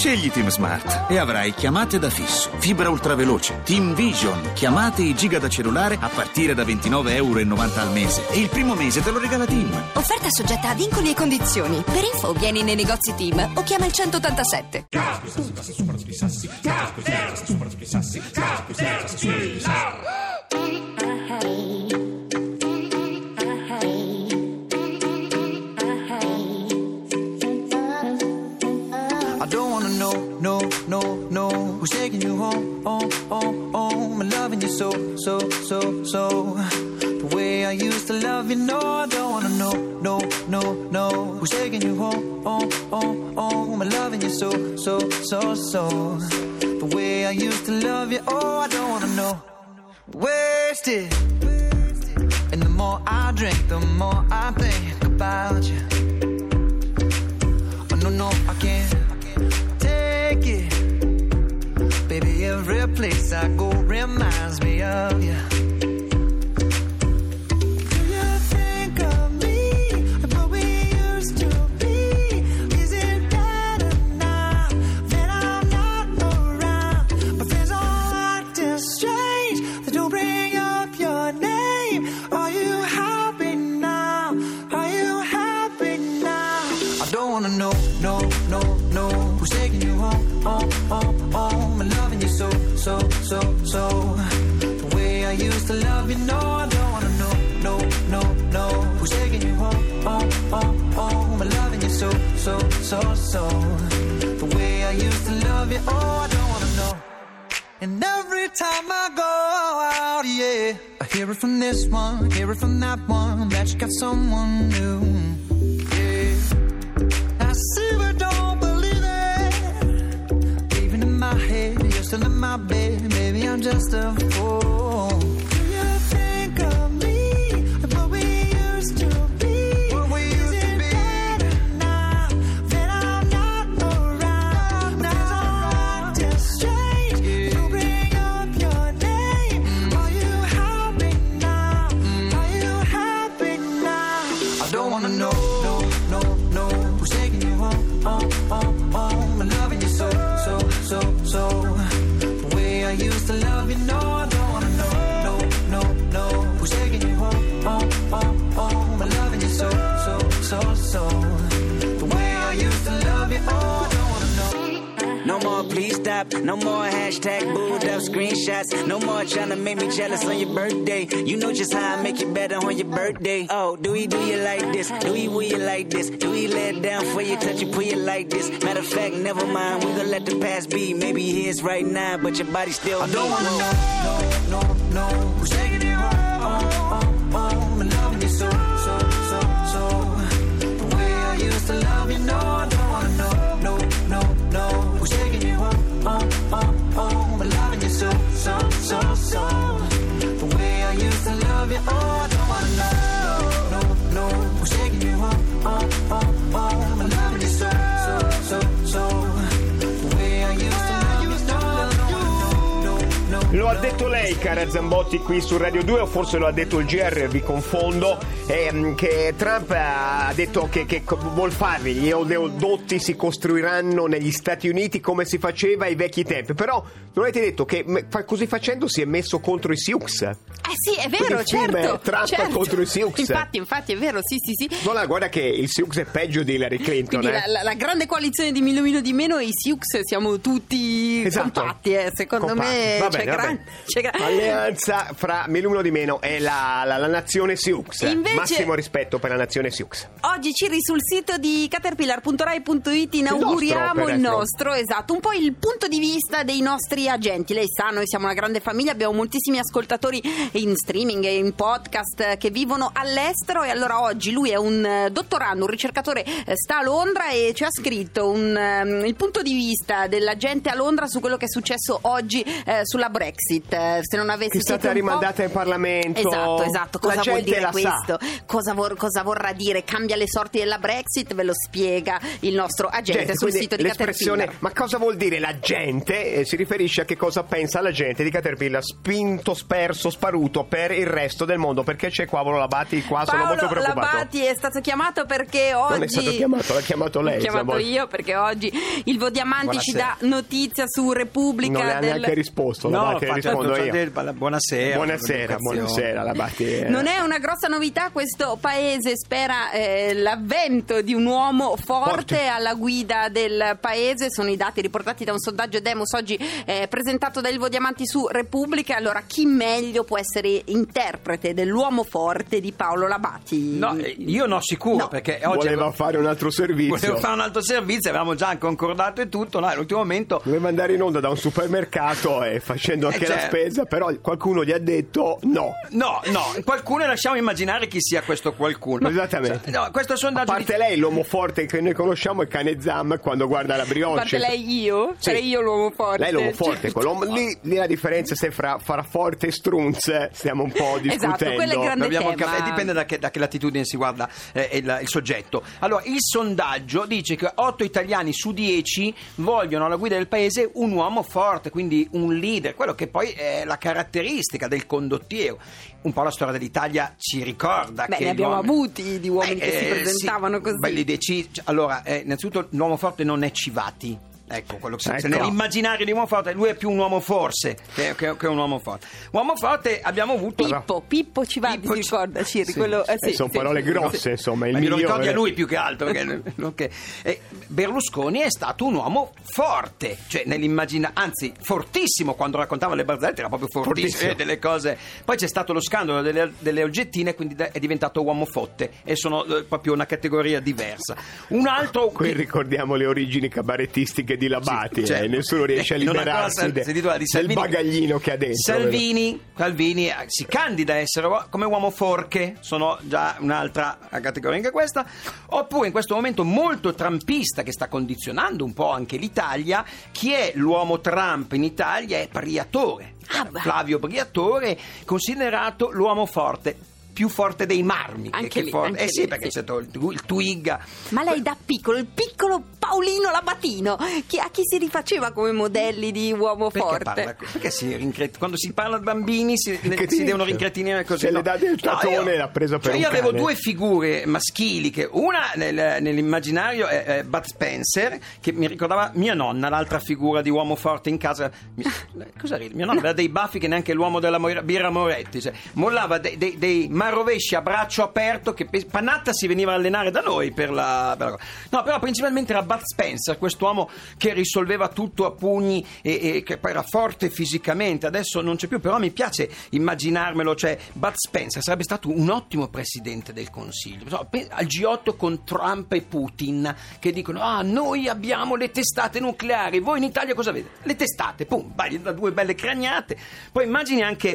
Scegli Team Smart e avrai chiamate da fisso, fibra ultraveloce, Team Vision, chiamate e giga da cellulare a partire da €29,90 al mese. E il primo mese te lo regala Team. Offerta soggetta a vincoli e condizioni. Per info vieni nei negozi Team o chiama il 187. I don't wanna know who's taking you home, home, and loving you so. The way I used to love you, no, I don't wanna know who's taking you home, home, and loving you so. The way I used to love you, oh, I don't wanna know. Wasted, and the more I drink, the more I think about you. Oh, no, I can't take it. Baby, every place I go reminds me of you. Do you think of me, what we used to be? Is it better now that I'm not around? My friends all acting strange, they don't bring up your name. Are you happy now? Are you happy now? I don't wanna know who's taking you home, home, and loving you so. The way I used to love you, no, I don't wanna know who's taking you home, home, and loving you so. The way I used to love you, oh, I don't wanna know. And every time I go out, yeah, I hear it from this one, hear it from that one, that you got someone new, yeah. I see but don't believe it. Even in my head, you're still in my bed. Maybe I'm just a fool. Do you think of me, what we used to be? What we used to be. Better now that I'm not around? Now I'm acting strange. You bring up your name. Are you happy now? Are you happy now? I don't wanna know who's taking you home, and loving you so. The way I used to love you, no, I don't wanna know who's taking you home, and loving you so. The way I used to love you, oh, I don't wanna know. No more please stop, no more hashtag booed up screenshots. No more trying to make me jealous on your birthday. You know just how I make you better on your birthday. Oh, do you like this? Do you will you like this? Do you let it down for you, touch you, pull you like this? Matter of fact, never mind, we gon' let the past be. Maybe here's right now, but your body still I don't wanna know who's taking you home, and loving you so. The way I used to love you, no, I don't wanna know who's taking you home, and loving you so. The way I used to love you, oh, I don't wanna know who's taking you home, and loving you so. The way I used to love you, no, I don't wanna know. Lo ha detto lei, cara Zambotti, qui su Radio 2, o forse lo ha detto il GR, vi confondo, che Trump ha detto che vuol farli, gli oleodotti si costruiranno negli Stati Uniti come si faceva ai vecchi tempi, però non avete detto che così facendo si è messo contro i Sioux? Sì, è vero, certo. Trump contro i Sioux. Infatti è vero, sì. No, guarda che il Sioux è peggio di Hillary Clinton. Quindi la grande coalizione di meno di meno e i Sioux siamo tutti compatti, secondo me. C'è alleanza fra meno di meno e la nazione Sioux. Invece, massimo rispetto per la nazione Sioux. Oggi, Ciri, sul sito di caterpillar.rai.it inauguriamo il nostro, esatto, un po' il punto di vista dei nostri agenti. Lei sa, noi siamo una grande famiglia, abbiamo moltissimi ascoltatori in streaming e in podcast che vivono all'estero, e allora oggi lui è un dottorando, un ricercatore, sta a Londra e ci ha scritto il punto di vista dell'agente a Londra su quello che è successo oggi sulla Brexit. Brexit. Se non avessi che è stata rimandata in Parlamento. Esatto. Cosa la vuol gente dire la questo? Sa. Cosa vorrà dire? Cambia le sorti della Brexit? Ve lo spiega il nostro agente sul sito di Caterpillar. Ma cosa vuol dire la gente? Si riferisce a che cosa pensa la gente di Caterpillar, spinto, sperso, sparuto per il resto del mondo. Perché c'è Paolo Labati qua? Sono molto preoccupato. Paolo Labati è stato chiamato perché oggi... Non è stato chiamato, l'ha chiamato lei. L'ho chiamato io perché oggi il Vodiamanti ci dà notizia su Repubblica. Non le ha neanche risposto. Labati, rispondo io. Buonasera Labati. Non è una grossa novità, questo paese spera l'avvento di un uomo forte alla guida del paese. Sono i dati riportati da un sondaggio Demos oggi presentato da Ilvo Diamanti su Repubblica. Allora, chi meglio può essere interprete dell'uomo forte di Paolo Labati? No, io no, sicuro, perché oggi voleva fare un altro servizio. Avevamo già concordato e tutto, no, all'ultimo momento doveva andare in onda da un supermercato e facendo anche la spesa, però qualcuno gli ha detto no, qualcuno, lasciamo immaginare chi sia questo qualcuno. Esattamente. Questo sondaggio a parte lei, l'uomo forte che noi conosciamo è Canezam quando guarda la brioche. A parte lei, io? Sì. Sarei io l'uomo forte. Lei è l'uomo forte, quell'uomo lì la differenza se fra forte e strunz stiamo un po' discutendo. Esatto, quello è il grande tema. Dipende da che latitudine si guarda il soggetto. Allora, il sondaggio dice che 8 italiani su 10 vogliono alla guida del paese un uomo forte, quindi un leader, quello che poi è la caratteristica del condottiero. Un po' la storia dell'Italia ci ricorda che ne abbiamo avuti di uomini che si presentavano così. Belli decisi. Allora, innanzitutto l'uomo forte non è Civati. Ecco, quello che nell'immaginario di uomo forte lui è più un uomo forse che un uomo forte. Uomo forte abbiamo avuto Pippo Civati, si ricorda Ciri, quello sono parole grosse, insomma, il migliore. Me lo ricordi a lui più che altro perché Berlusconi è stato un uomo forte, cioè anzi fortissimo. Quando raccontava le barzellette era proprio fortissimo. Delle cose. Poi c'è stato lo scandalo delle oggettine, quindi è diventato uomo fotte e sono proprio una categoria diversa. Un altro qui ricordiamo le origini cabarettistiche di Labati, nessuno riesce a liberarsi del bagaglino che ha dentro. Salvini si candida a essere come uomo forche, sono già un'altra categoria anche questa. Oppure in questo momento molto trumpista che sta condizionando un po' anche l'Italia, chi è l'uomo Trump in Italia è Briatore. Flavio Briatore, considerato l'uomo forte, più forte dei marmi. Anche perché c'è stato il Twig. Ma lei da piccolo, il piccolo Paolino Labatino, a chi si rifaceva come modelli di uomo forte? Perché quando si parla di bambini si devono rincretinire così. Se le dà del tatone l'ha presa per un cane. Io avevo due figure maschili, che una nell'immaginario è Bud Spencer, che mi ricordava mia nonna, l'altra figura di uomo forte in casa. Cosa ridi? Mia nonna aveva dei baffi che neanche l'uomo della birra Moretti, mollava dei rovesci a braccio aperto che Panatta si veniva a allenare da noi per la no, però principalmente era Bud Spencer, quest'uomo che risolveva tutto a pugni e che poi era forte fisicamente. Adesso non c'è più, però mi piace immaginarmelo, cioè Bud Spencer sarebbe stato un ottimo presidente del Consiglio. Al G8 con Trump e Putin che dicono noi abbiamo le testate nucleari, voi in Italia cosa avete? Le testate, pum, vai da due belle craniate. Poi immagini anche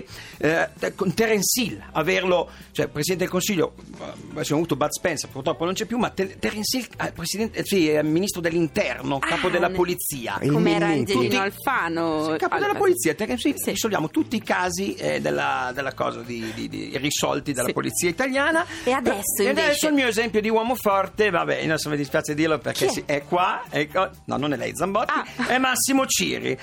con Terence Hill averlo, cioè Presidente del Consiglio. Abbiamo avuto Bud Spencer, purtroppo non c'è più, ma Terence Hill, ministro dell'interno, capo della polizia, come era Angelino Alfano, capo della polizia. Risolviamo tutti i casi della cosa risolti dalla polizia italiana. E adesso il mio esempio di uomo forte, vabbè, adesso mi dispiace dirlo perché è qua, no, non è lei Zambotti, è Massimo Ciri.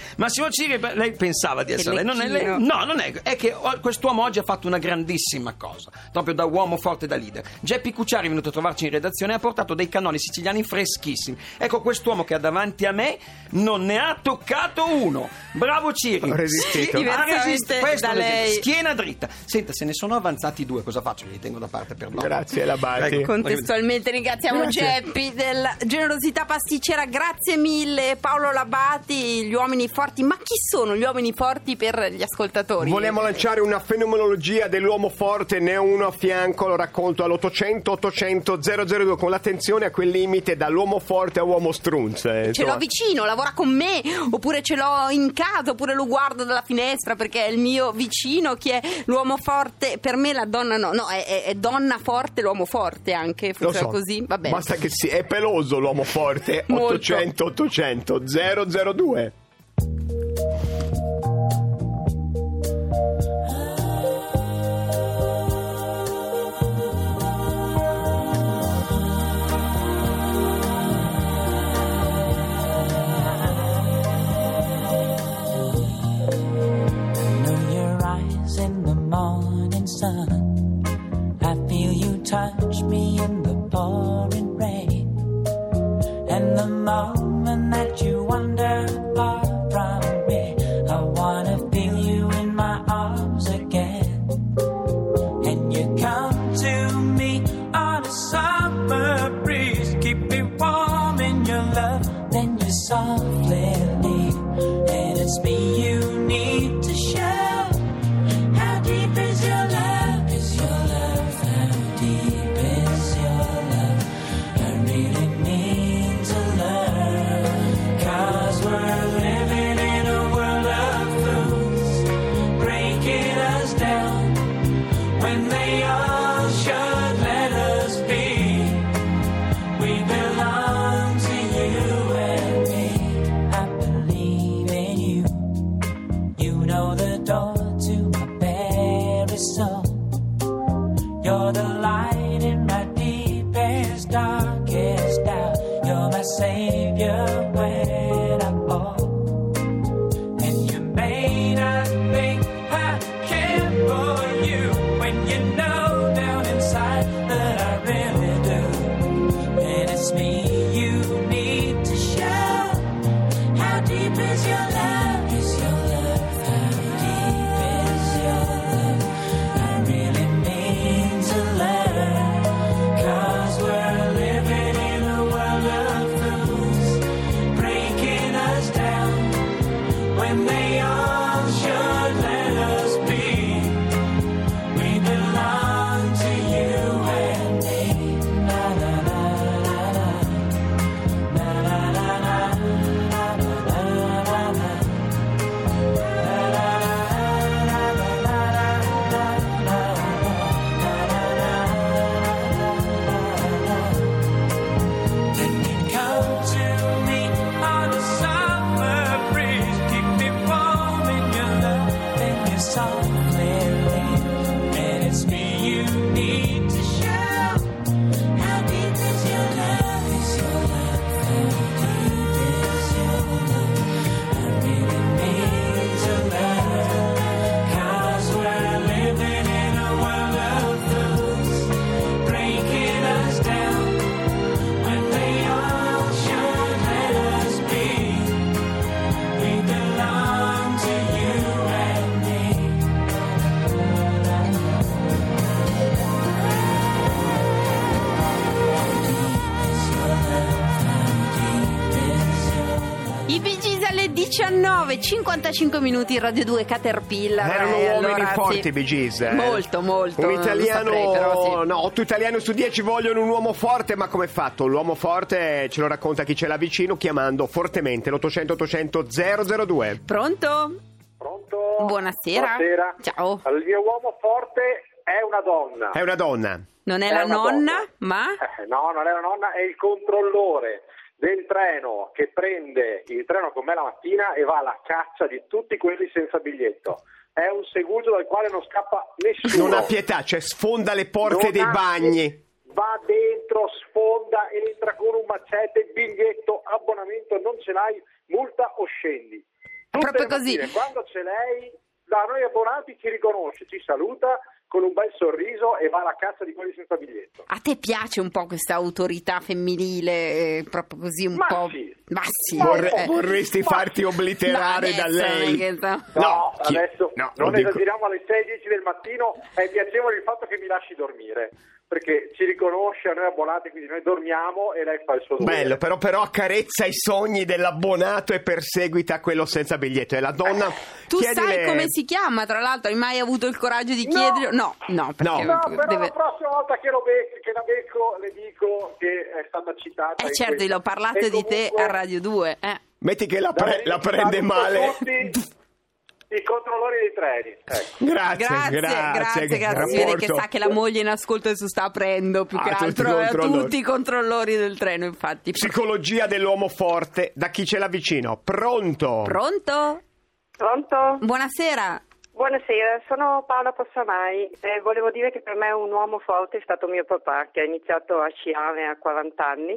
Lei pensava di essere lei, non è lei. No, non è che quest'uomo oggi ha fatto una grandissima cosa, proprio da uomo forte, da leader. Geppi Cucciari è venuto a trovarci in redazione e ha portato dei cannoli siciliani freschissimi. Ecco, quest'uomo che ha davanti a me non ne ha toccato uno. Bravo Ciri, ha resistito. Questo schiena dritta. Senta, se ne sono avanzati due, cosa faccio? Li tengo da parte per dopo. Grazie Labati. Contestualmente ringraziamo Geppi della generosità pasticcera, grazie mille Paolo Labati. Gli uomini forti, ma chi sono gli uomini forti per gli ascoltatori? Vogliamo lanciare una fenomenologia dell'uomo forte, ne ho uno a fianco, lo racconto all'800 800 002 con l'attenzione a quel limite dall'uomo forte a uomo strunz. Ce l'ho vicino, lavora con me, oppure ce l'ho in casa, oppure lo guardo dalla finestra perché è il mio vicino. Chi è l'uomo forte? Per me la donna no, è donna forte, l'uomo forte anche, funziona così, va bene. Basta che è peloso l'uomo forte. 800 800 002. sun. I feel you touch me in the pouring rain. And the moment that you wander far from me, I wanna feel you in my arms again. And you come to me on a summer breeze, keep me warm in your love, then you softly leave. And it's me you need to show. How deep is your love? Is your love? How deep is your love? I really need to learn. 'Cause we're living in a world of fools, breaking us down when they all should let us be. We belong to you and me. I believe in you. You know the door to my very soul. You're the light in my deepest, darkest doubt. You're my savior when I fall. And you may not think I care for you when you know down inside that I really do. And it's me you need to show. How deep is your love? Is your love? How deep is your love? I really mean to learn. 'Cause we're living in a world of fools, breaking us down when they all should let us be. We belong to you and me. Na na na na na. Na na na na. Na na na na. Then you come to me on a summer breeze, keep me warm in your love, then you softly leave. And it's me you need to show. How deep is your love? Is your love? How deep is your love? I really need to learn. 'Cause we're living in a world of fools, breaking us down when they all should let us be. We belong to you and me. How deep is your love? How deep is your love? I Bee Gees alle 19:55 minuti, Radio 2 Caterpillar. Erano uomini allora, forti, sì. Bee Gees, Molto. Un italiano, lo saprei, però sì. no, 8 italiani su 10 vogliono un uomo forte, ma come è fatto? L'uomo forte ce lo racconta chi ce l'ha vicino chiamando fortemente l'800 800 002. Pronto? Pronto? Buonasera. Buonasera. Ciao. Allora, il mio uomo forte è una donna. È una donna. Non è È la una nonna, donna. ma... No, non è una nonna, è il controllore del treno che prende il treno con me la mattina e va alla caccia di tutti quelli senza biglietto. È un segugio dal quale non scappa nessuno. Non ha pietà, cioè sfonda le porte Non dei ha- bagni. Va dentro, sfonda, entra con un macete, biglietto, abbonamento, non ce l'hai, multa o scendi. Tutte Proprio le così. mattine, quando ce l'hai, da noi abbonati ci riconosce, ci saluta con un bel sorriso e va alla caccia di quelli senza biglietto. A te piace un po' questa autorità femminile, proprio così un Ma po'... sì. Ma sì. Vorresti farti obliterare No, da adesso non è lei? che so. No, chi- adesso no, non lo dico- esageriamo, alle 6-10 del mattino è piacevole il fatto che mi lasci dormire, perché ci riconosce a noi abbonati, quindi noi dormiamo e lei fa il suo dovere. Bello, però accarezza i sogni dell'abbonato e perseguita quello senza biglietto. E la donna... Tu sai chiedile- come si chiama, tra l'altro? Hai mai avuto il coraggio di chiederlo? No, perché No. No, però deve... la prossima volta che la becco le dico che è stata citata. in certo, questa. l'ho parlato E di te comunque, a Radio 2. Metti che la dai, prende saluto male. tutti i controllori dei treni. Ecco. Grazie. Grazie. Si vede che sa che la moglie in ascolto adesso sta aprendo più che tutti i altro a controllori. tutti i controllori del treno, infatti. Psicologia dell'uomo forte, da chi ce l'ha vicino. Pronto? Pronto? Pronto? Buonasera. Buonasera, sono Paola Possamai e volevo dire che per me un uomo forte è stato mio papà, che ha iniziato a sciare a 40 anni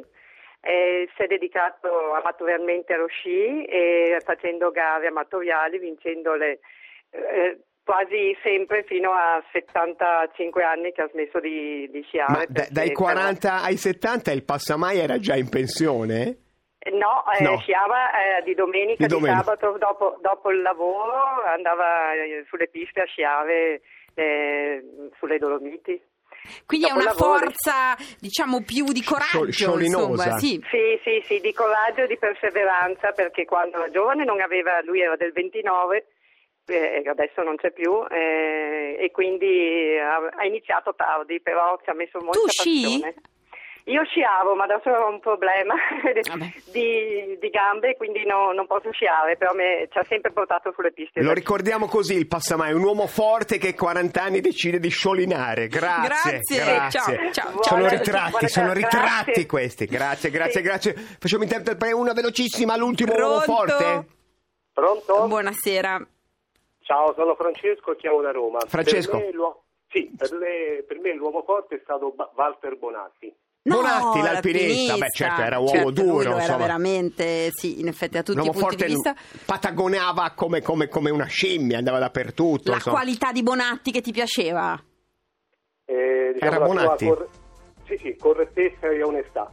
e si è dedicato amatorialmente allo sci e facendo gare amatoriali, vincendole quasi sempre fino a 75 anni che ha smesso di sciare. Ma dai 40 ai 70 il passamai era già in pensione? No, sciava di domenica, di sabato dopo il lavoro, andava sulle piste a sciare sulle Dolomiti. Quindi è una forza, diciamo, più di coraggio, sciolinosa. Insomma, sì, di coraggio e di perseveranza, perché quando era giovane lui era del 29, adesso non c'è più, e quindi ha iniziato tardi, però ci ha messo molta passione. Io sciavo, ma adesso ho un problema di gambe, quindi non posso sciare, però ci ha sempre portato sulle piste. Lo ricordiamo così, il passamai, un uomo forte che a 40 anni decide di sciolinare. Grazie. Ciao. Sono ritratti questi. Grazie. Facciamo in tempo per una velocissima, l'ultimo uomo forte. Pronto? Buonasera. Ciao, sono Francesco, chiamo da Roma. Francesco. Per me l'uomo forte è stato Walter Bonatti. Bonatti, l'alpinista, certo, era uomo duro, lui insomma. Era veramente, sì, in effetti, a tutti l'uomo i punti di vista. Patagonava come una scimmia, andava dappertutto. La qualità di Bonatti che ti piaceva? Era Bonatti? Sì, correttezza e onestà.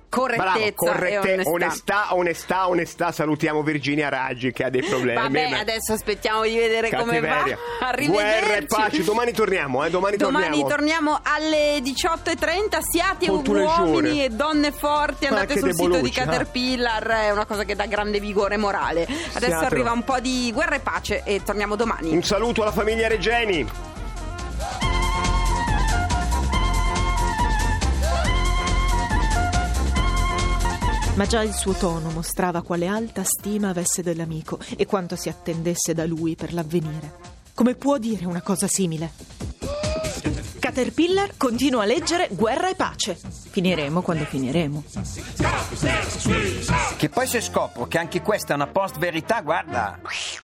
Onestà. Salutiamo Virginia Raggi che ha dei problemi. Vabbè, adesso aspettiamo di vedere come va. Arrivederci. Guerra e pace. Domani torniamo. Domani torniamo alle 18:30. Siate uomini e donne forti. Andate sul sito di Caterpillar. È una cosa che dà grande vigore morale. Adesso arriva un po' di guerra e pace e torniamo domani. Un saluto alla famiglia Regeni. Ma già il suo tono mostrava quale alta stima avesse dell'amico e quanto si attendesse da lui per l'avvenire. Come può dire una cosa simile? Caterpillar continua a leggere Guerra e pace. Finiremo quando finiremo. Che poi se scopro che anche questa è una post-verità, guarda...